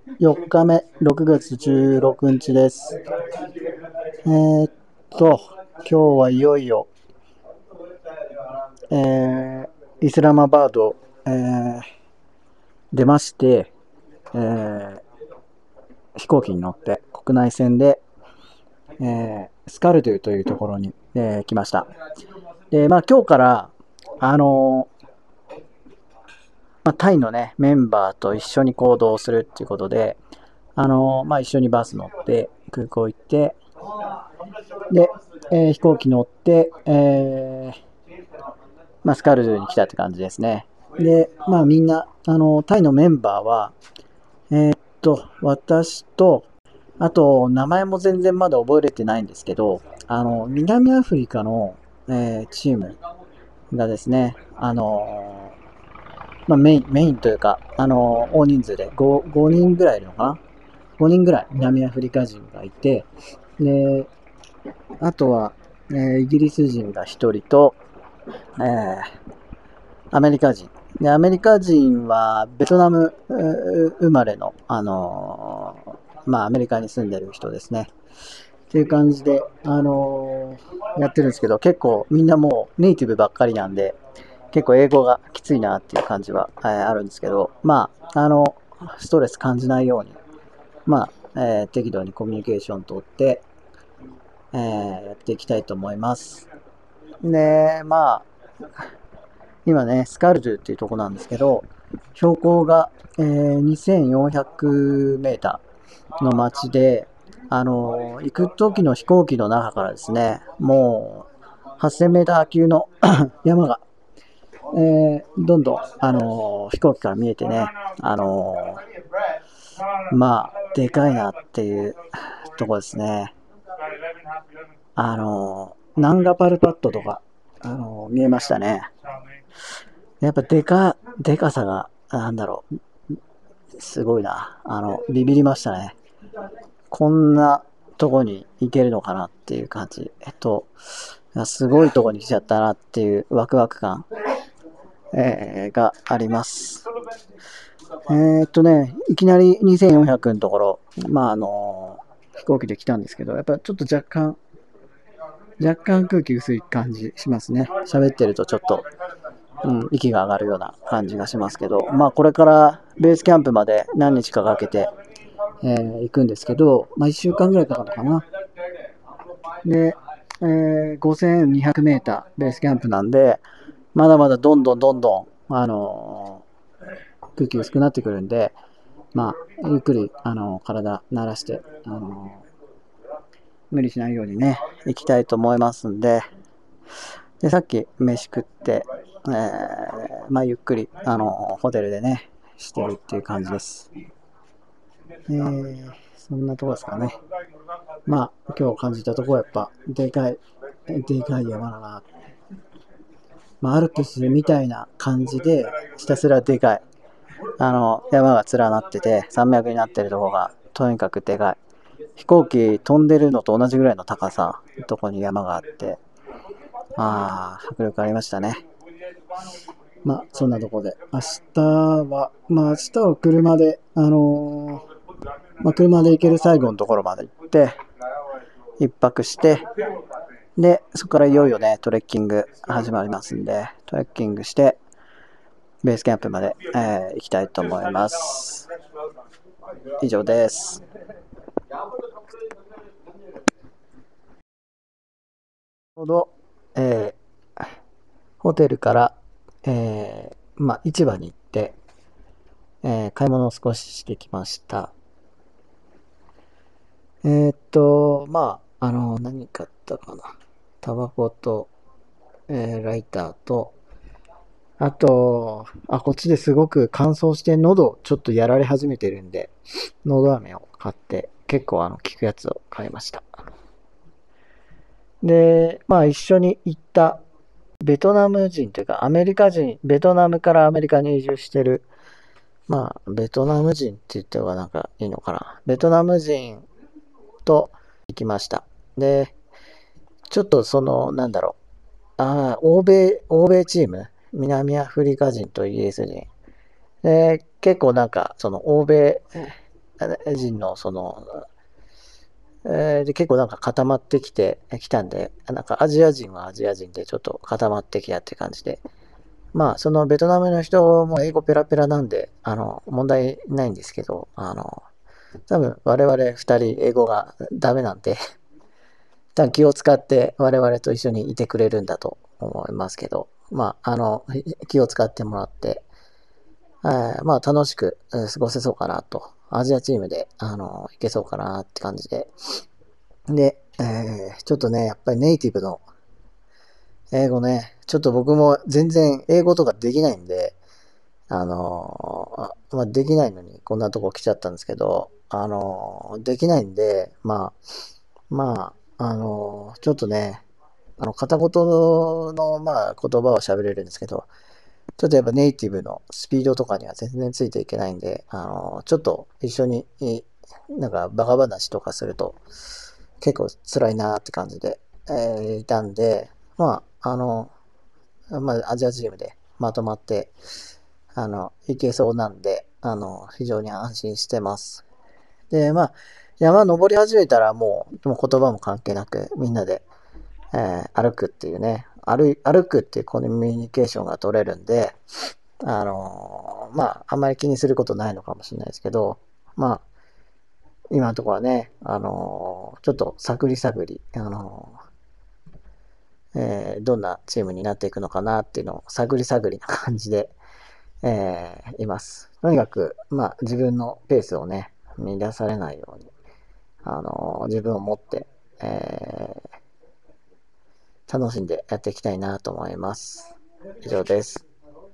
よっかめ、ろくがつじゅうろくにちです。えーっと、今日はいよいよ、えー、イスラマバード、えー、出まして、えー、飛行機に乗って国内線で、えー、スカルドゥというところに、えー来ました。で、まあ今日から、あのーまあ、タイのね、メンバーと一緒に行動するっていうことで、あのーまあ一緒にバス乗って空港行って、で、えー飛行機乗って、えーまあ、スカルドゥに来たって感じですね。で、まあみんな、あの、タイのメンバーは、えーっと、私と、あと、名前も全然まだ覚えれてないんですけど、あの、南アフリカの、えーチームがですね、あのまあ、メイン、メインというか、あの大人数でご、ごにんぐらいいるのかな？ ご 人ぐらい南アフリカ人がいて、で、あとは、えーイギリス人がひとりと、えーアメリカ人。で、アメリカ人はベトナムう生まれの、あのーまあ、アメリカに住んでる人ですね。っていう感じで、あのーやってるんですけど、結構みんなもうネイティブばっかりなんで、結構英語がきついなっていう感じは、えーあるんですけど、まあ、あの、ストレス感じないように、まあ、えー適度にコミュニケーション取って、えーやっていきたいと思います。で、まあ、今ね、スカルドゥっていうとこなんですけど、標高が、えーにせんよんひゃくメーターの街で、あのー行く時の飛行機の中からですね、もうはっせんメーター級の山が、えーどんどん、あのー飛行機から見えてね、あのーまあ、でかいなっていうとこですね。あのーナンガパルパットとか、あのー見えましたね。やっぱでか、でかさが、なんだろう、すごいな。あの、ビビりましたね。こんなとこに行けるのかなっていう感じ。えっと、すごいとこに来ちゃったなっていうワクワク感、えーがあります。えーっとね、いきなりにせんよんひゃくのところ、まああの飛行機で来たんですけど、やっぱちょっと若干、若干空気薄い感じしますね。喋ってるとちょっと、うん、息が上がるような感じがしますけど、まあこれからベースキャンプまで何日かかけて、えー行くんですけど、まあいっしゅうかんぐらいかかるのかな。で、えーごせんにひゃくメーターベースキャンプなんで、まだまだどんどんどんどん、あのー空気薄くなってくるんで、まあ、ゆっくり、あのー体慣らして、あのー無理しないようにね、行きたいと思いますんで、で、さっき飯食って、えーまあ、ゆっくり、あのーホテルでね、してるっていう感じです。えー、そんなとこですかね。まあ、今日感じたとこはやっぱ、でかい、でかい山だな。まあ、アルプスみたいな感じで、ひたすらでかい、あの、山が連なってて、山脈になってるところが、とにかくでかい。飛行機飛んでるのと同じぐらいの高さ、とこに山があって、ああ、迫力ありましたね。まあ、そんなとこで。明日は、まあ、明日は車で、あのーまあ、車で行ける最後のところまで行って、一泊して、で、そこからいよいよね、トレッキング始まりますんで、トレッキングして、ベースキャンプまで、えー行きたいと思います。以上です。ちょうど、えーホテルから、えーまあ、市場に行って、えー買い物を少ししてきました。えーっと、まあ、あの、何買ったかな。タバコと、えーライターと、あと、あ、こっちですごく乾燥して喉ちょっとやられ始めてるんで、喉飴を買って、結構あの、効くやつを買いました。で、まあ一緒に行ったベトナム人というかアメリカ人、ベトナムからアメリカに移住してる、まあベトナム人って言った方がなんかいいのかな。ベトナム人と行きました。で、ちょっとその、なんだろう。ああ、欧米、欧米チーム、南アフリカ人とイギリス人。で、結構なんか、その欧米人のその、えーで結構なんか固まってきてきたんで、なんかアジア人はアジア人でちょっと固まってきたって感じで、まあそのベトナムの人も英語ペラペラなんで、あの、問題ないんですけど、あの、多分我々二人英語がダメなんで、多分気を使って我々と一緒にいてくれるんだと思いますけど、まあ、あの、気を使ってもらって、えーまあ楽しくえー過ごせそうかなと。アジアチームで、あの、いけそうかなって感じで。で、えーちょっとね、やっぱりネイティブの英語ね、ちょっと僕も全然英語とかできないんで、あのーあまあ、できないのにこんなとこ来ちゃったんですけど、あのーできないんで、まあ、まあ、あのーちょっとね、あの、片言の、まあ、言葉は喋れるんですけど、ちょっとやっぱネイティブのスピードとかには全然ついていけないんで、あの、ちょっと一緒に、いなんかバカ話とかすると結構辛いなーって感じで、えーいたんで、まあ、あの、まあ、アジアチームでまとまって、あの、いけそうなんで、あの、非常に安心してます。で、まあ、山登り始めたらもう、もう言葉も関係なく、みんなで、えー歩くっていうね、歩い歩くっていうコミュニケーションが取れるんで、あのーまあ、あんまり気にすることないのかもしれないですけど、まあ、今のところはね、あのーちょっと探り探り、あのーえーどんなチームになっていくのかなっていうのを探り探りな感じで、えーいます。とにかく、まあ、自分のペースをね、乱されないように、あのー自分を持って、えー楽しんでやっていきたいなと思います。以上です。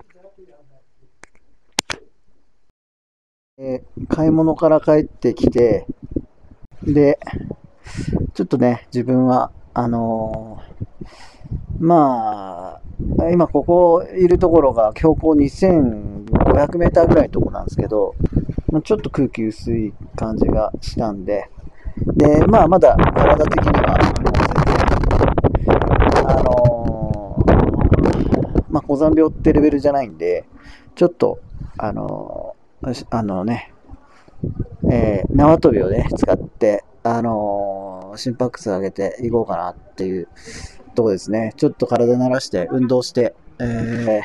えー買い物から帰ってきて、で、ちょっとね、自分は、あのーまあ、今ここいるところが標高にせんごひゃくメーターぐらいのところなんですけど、まあ、ちょっと空気薄い感じがしたんで、で、まあまだ体的には、あのーまあ高山病ってレベルじゃないんで、ちょっと、あのーあのね、えー縄跳びをね、使って、あのー心拍数上げていこうかなっていうとこですね。ちょっと体慣らして、運動して、えー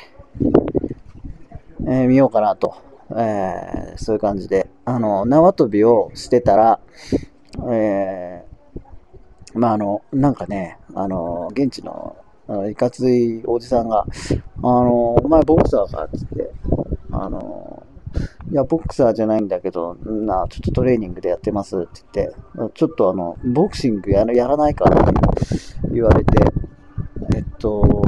えー見ようかなと、えーそういう感じで、あの、縄跳びをしてたら、えーまあ、あの、なんかね、あの、現地の、あのいかついおじさんが、あの、お前ボクサーかっつって、あの、いや、ボクサーじゃないんだけど、な、ちょっとトレーニングでやってますって言って、ちょっとあの、ボクシングやらやらないかって言われて、えっと、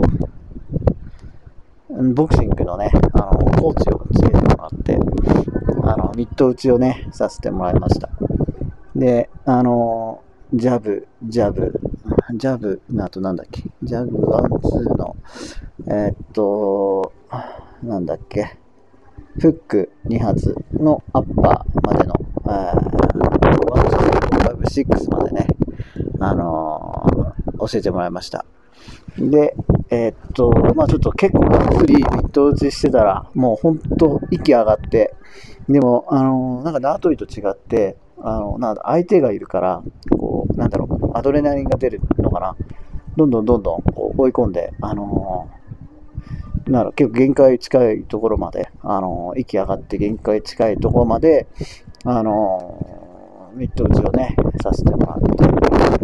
ボクシングのね、あの、コーチをつけてもらって、あの、ミット打ちをね、させてもらいました。で、あの、ジャブ、ジャブ、ジャブ、あとなんだっけ、ジャブワン、ツーの、えーっと、なんだっけ、フックに発のアッパーまでの、えー、ワン、ツー、ファイブ、シックスまでね、あのー教えてもらいました。で、えーっと、まあちょっと結構がっつりミット打ちしてたら、もうほんと息上がって、でも、あのーなんか縄跳びと違って、あの、なんだ、相手がいるから、こう、なんだろう、アドレナリンが出るのかな。どんどんどんどんこう追い込んで、あのーなら結構限界近いところまで、あのー息上がって限界近いところまで、あのーミット打ちをね、させてもらって、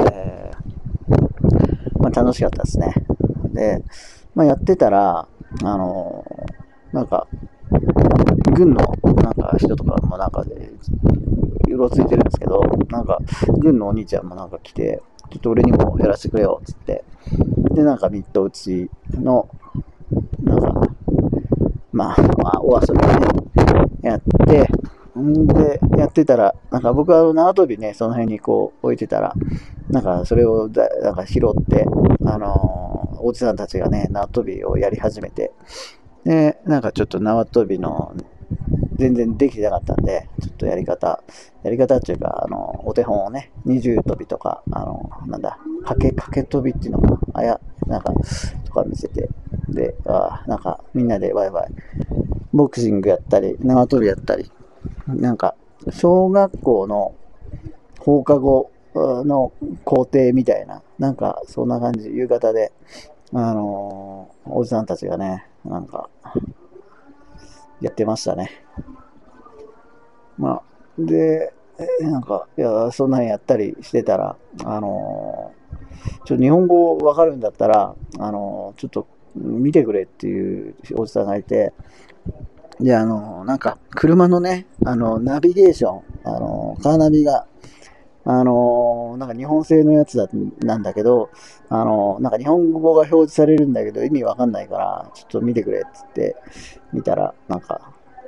えーまあ、楽しかったですね。で、まあ、やってたら、あのーなんか、軍のなんか人とかもなんかで、うろついてるんですけど、なんか、軍のお兄ちゃんもなんか来て、ちょっと俺にもやらせてくれよ、つって。で、なんかミット打ちの、なんか、まあ、まあ、お遊びでね、やって、んで、やってたら、なんか僕は縄跳びね、その辺にこう置いてたら、なんかそれをだなんか拾って、あのーおじさんたちがね、縄跳びをやり始めて、で、なんかちょっと縄跳びの、全然できてなかったんで、ちょっとやり方、やり方っていうか、あの、お手本をね、二重跳びとか、あの、なんだ、かけ、かけ跳びっていうのかな、あや、なんか、とか見せて、で、あなんか、みんなでワイワイ、ボクシングやったり、縄跳びやったり、なんか、 小学校の放課後の校庭みたいな、なんかそんな感じ、夕方で、あのーおじさんたちがね、なんか、やってましたね。まあ、で、なんか、いや、そんなんやったりしてたら、あのーちょっと日本語わかるんだったら、あのーちょっと見てくれっていうおじさんがいて、で、あのーなんか、車のね、あの、ナビゲーション、あのーカーナビが、あのーなんか日本製のやつだ、なんだけど、あのーなんか日本語が表示されるんだけど、意味わかんないから、ちょっと見てくれって言って、見たら、なんか、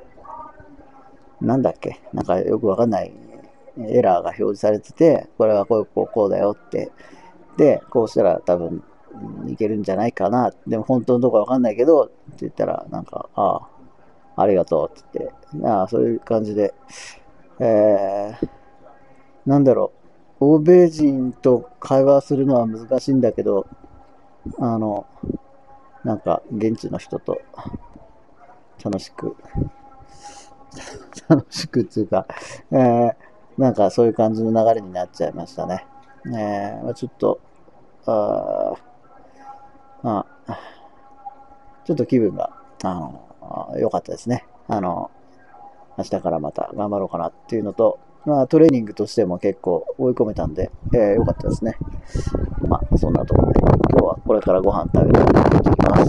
なんだっけ、なんかよくわかんないエラーが表示されてて、これはこうこうこうだよって。で、こうしたら多分いけるんじゃないかな。でも本当のとこわかんないけど、って言ったら、なんか、ああ、ありがとうって言って、ああ、そういう感じで、えー、なんだろう、欧米人と会話するのは難しいんだけど、あの、なんか現地の人と楽しく、楽しくっていうか、えー、なんかそういう感じの流れになっちゃいましたね。えー、ちょっと、ああ、ちょっと気分が、あの、良かったですね。あの、明日からまた頑張ろうかなっていうのと、まあ、トレーニングとしても結構追い込めたんで、えー、良かったですね。まあ、そんなところで、今日はこれからご飯食べたいと思ってきます。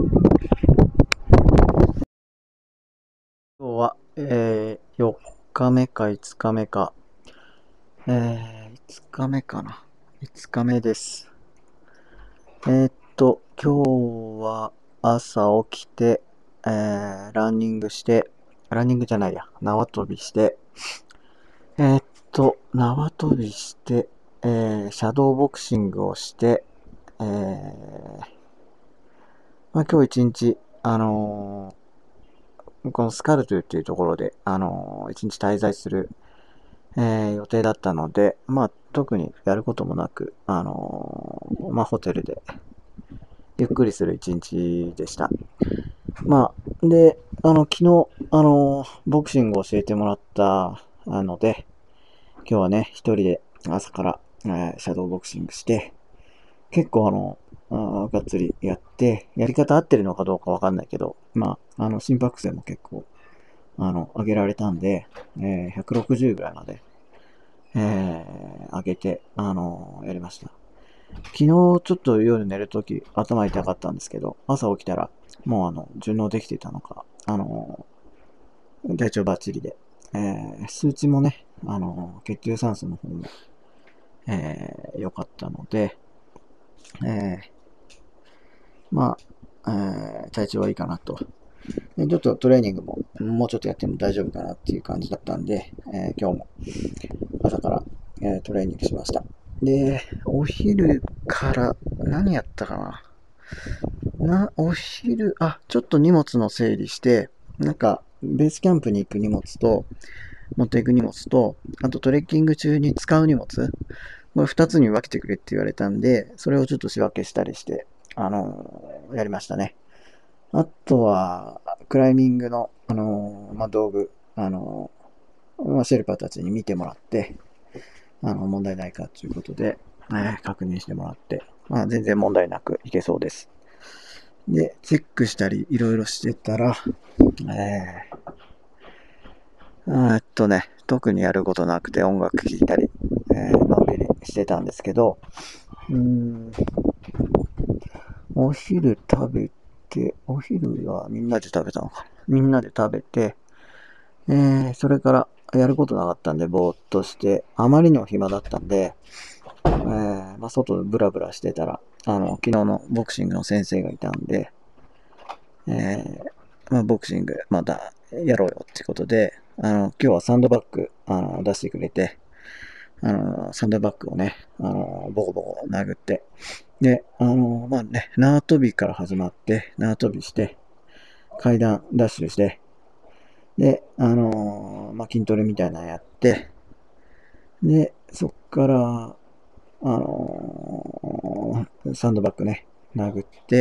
今日は、えー、よっかめかいつかめか、えー、いつかめかな。いつかめです。えーっと、今日は朝起きて、えー、ランニングして、ランニングじゃないや、縄跳びして、えーっと、縄跳びして、えー、シャドーボクシングをして、えー、まあ、今日一日、あのーこのスカルトゥっていうところで、あのー一日滞在する、えー予定だったので、まあ、特にやることもなく、あのーまあ、ホテルでゆっくりする一日でした。まあ、で、あの、昨日、あの、ボクシングを教えてもらったので、今日はね、一人で朝から、えーシャドーボクシングして、結構あの、あがっつりやって、やり方合ってるのかどうかわかんないけど、まあ、あの、心拍数も結構、あの、上げられたんで、えーひゃくろくじゅうぐらいまで、えー上げて、あのやりました。昨日ちょっと夜寝るとき頭痛かったんですけど、朝起きたらもうあの順応できていたのか、あの体調バッチリで、えー数値もね、あの血中酸素の方も、えー良かったので、えーまあ、えー体調はいいかなと。でちょっとトレーニングももうちょっとやっても大丈夫かなっていう感じだったんで、えー今日も朝から、えートレーニングしました。で、お昼から何やったかなな、お昼、あ、ちょっと荷物の整理して、なんか、ベースキャンプに行く荷物と、持っていく荷物と、あとトレッキング中に使う荷物、これ二つに分けてくれって言われたんで、それをちょっと仕分けしたりして、あのーやりましたね。あとは、クライミングの、あのーまあ、道具、あのーまあ、シェルパーたちに見てもらって、あの、問題ないかということで、えー確認してもらって、まあ、全然問題なくいけそうです。で、チェックしたり、いろいろしてたら、えー、えっとね、特にやることなくて音楽聴いたり、えー、のんびりしてたんですけど、うーん、お昼食べて、お昼はみんなで食べたのかな。みんなで食べて、えー、それからやることなかったんで、ぼーっとして、あまりにも暇だったんで、えー、まあ、外でブラブラしてたら、あの、昨日のボクシングの先生がいたんで、えー、まあ、ボクシングまたやろうよってことで、あの、今日はサンドバッグ、あの、出してくれて、あの、サンドバッグをね、あの、ボコボコ殴って、で、あの、まあね、縄跳びから始まって、縄跳びして、階段ダッシュして、で、あの、まあ、筋トレみたいなのやって、で、そっから、あのーサンドバッグね、殴って、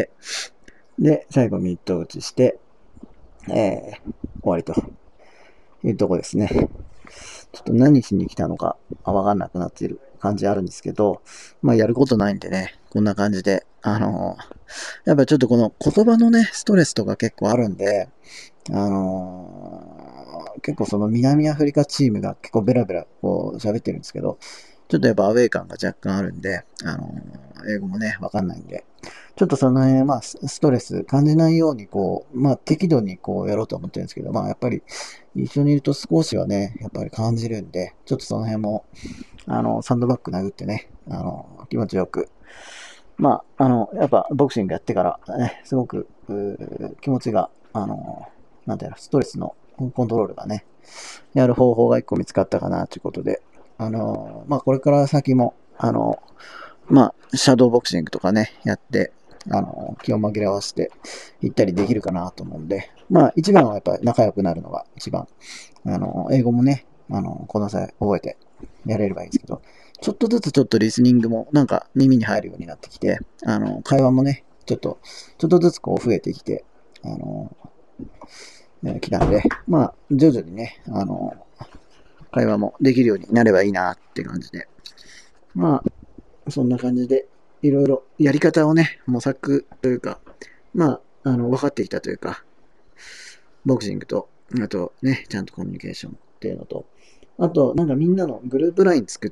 で、最後ミット打ちして、えー、終わりと。 いうとこですね。ちょっと何しに来たのかわかんなくなっている感じあるんですけど、まあやることないんでね、こんな感じで、あのー、やっぱちょっとこの言葉のね、ストレスとか結構あるんで、あのー、結構その南アフリカチームが結構ベラベラこう喋ってるんですけど、ちょっとやっぱアウェイ感が若干あるんで、あのー、英語もね、わかんないんで、ちょっとその辺、まあ、ストレス感じないように、こう、まあ、適度にこうやろうと思ってるんですけど、まあ、やっぱり、一緒にいると少しはね、やっぱり感じるんで、ちょっとその辺も、あの、サンドバッグ殴ってね、あの、気持ちよく、まあ、あの、やっぱ、ボクシングやってから、ね、すごく、気持ちが、あの、なんていうの、ストレスのコントロールがね、やる方法が一個見つかったかな、ということで、あの、まあ、これから先も、あの、まあ、シャドーボクシングとかね、やって、あの、気を紛らわせて行ったりできるかなと思うんで、まあ、一番はやっぱり仲良くなるのが一番、あの、英語もね、あの、この際覚えてやれればいいんですけど、ちょっとずつちょっとリスニングもなんか耳に入るようになってきて、あの、会話もね、ちょっと、ちょっとずつこう増えてきて、あの、えー来たんで、まあ、徐々にね、あの、会話もできるようになればいいなって感じで、まあ、そんな感じで、いろいろやり方をね、模索というか、まあ、あの、分かってきたというか、ボクシングと、あとね、ちゃんとコミュニケーションっていうのと、あと、なんかみんなのグループライン作って、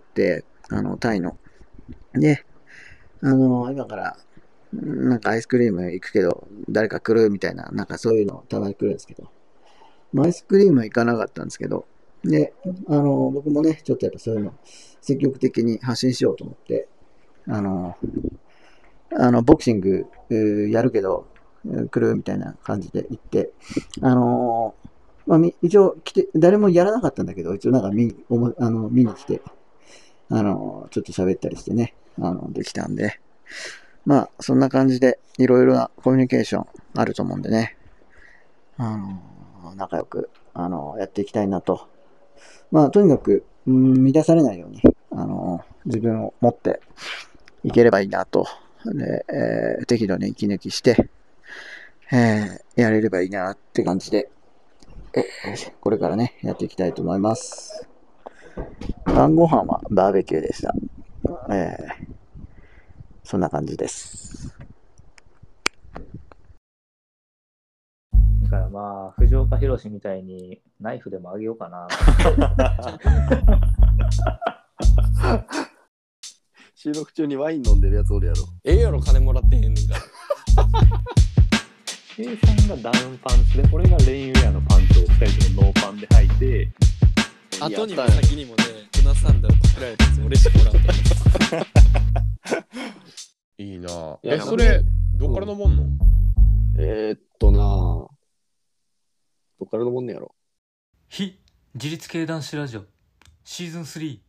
あの、タイの。で、あの、今から、なんかアイスクリーム行くけど、誰か来るみたいな、なんかそういうのたまに来るんですけど、まあ、アイスクリームは行かなかったんですけど、で、あの、僕もね、ちょっとやっぱそういうの積極的に発信しようと思って、あの、あの、ボクシング、やるけど、来るみたいな感じで行って、あのーまあ、み一応来て、誰もやらなかったんだけど、一応なんか見、おもあの、見に来て、あのーちょっと喋ったりしてね、あの、できたんで、まあ、そんな感じで、いろいろなコミュニケーションあると思うんでね、あのー仲良く、あのーやっていきたいなと。まあ、とにかく、うん、乱されないように、あのー自分を持っていければいいなと。で、えー適度に息抜きして、えーやれればいいなって感じで、えーこれからね、やっていきたいと思います。晩ご飯はバーベキューでした。えーそんな感じです。 だからまあ、藤岡弘みたいにナイフでもあげようかな。 収録中にワイン飲んでるやつおるやろ。 ええやろ、金もらってへんねんから。 A さんがダウンパンツで、俺がレインウェアのパンツをふたりともノーパンで履いて、 後にも先にもね、ルナサンダルパクられたやつ俺しかおらんと思う。 いいなぁ。 いやえ、それ、どっから飲もんの、 えー、っとなぁ。どっからのもんねやろ。 非自立系男子ラジオシーズンスリー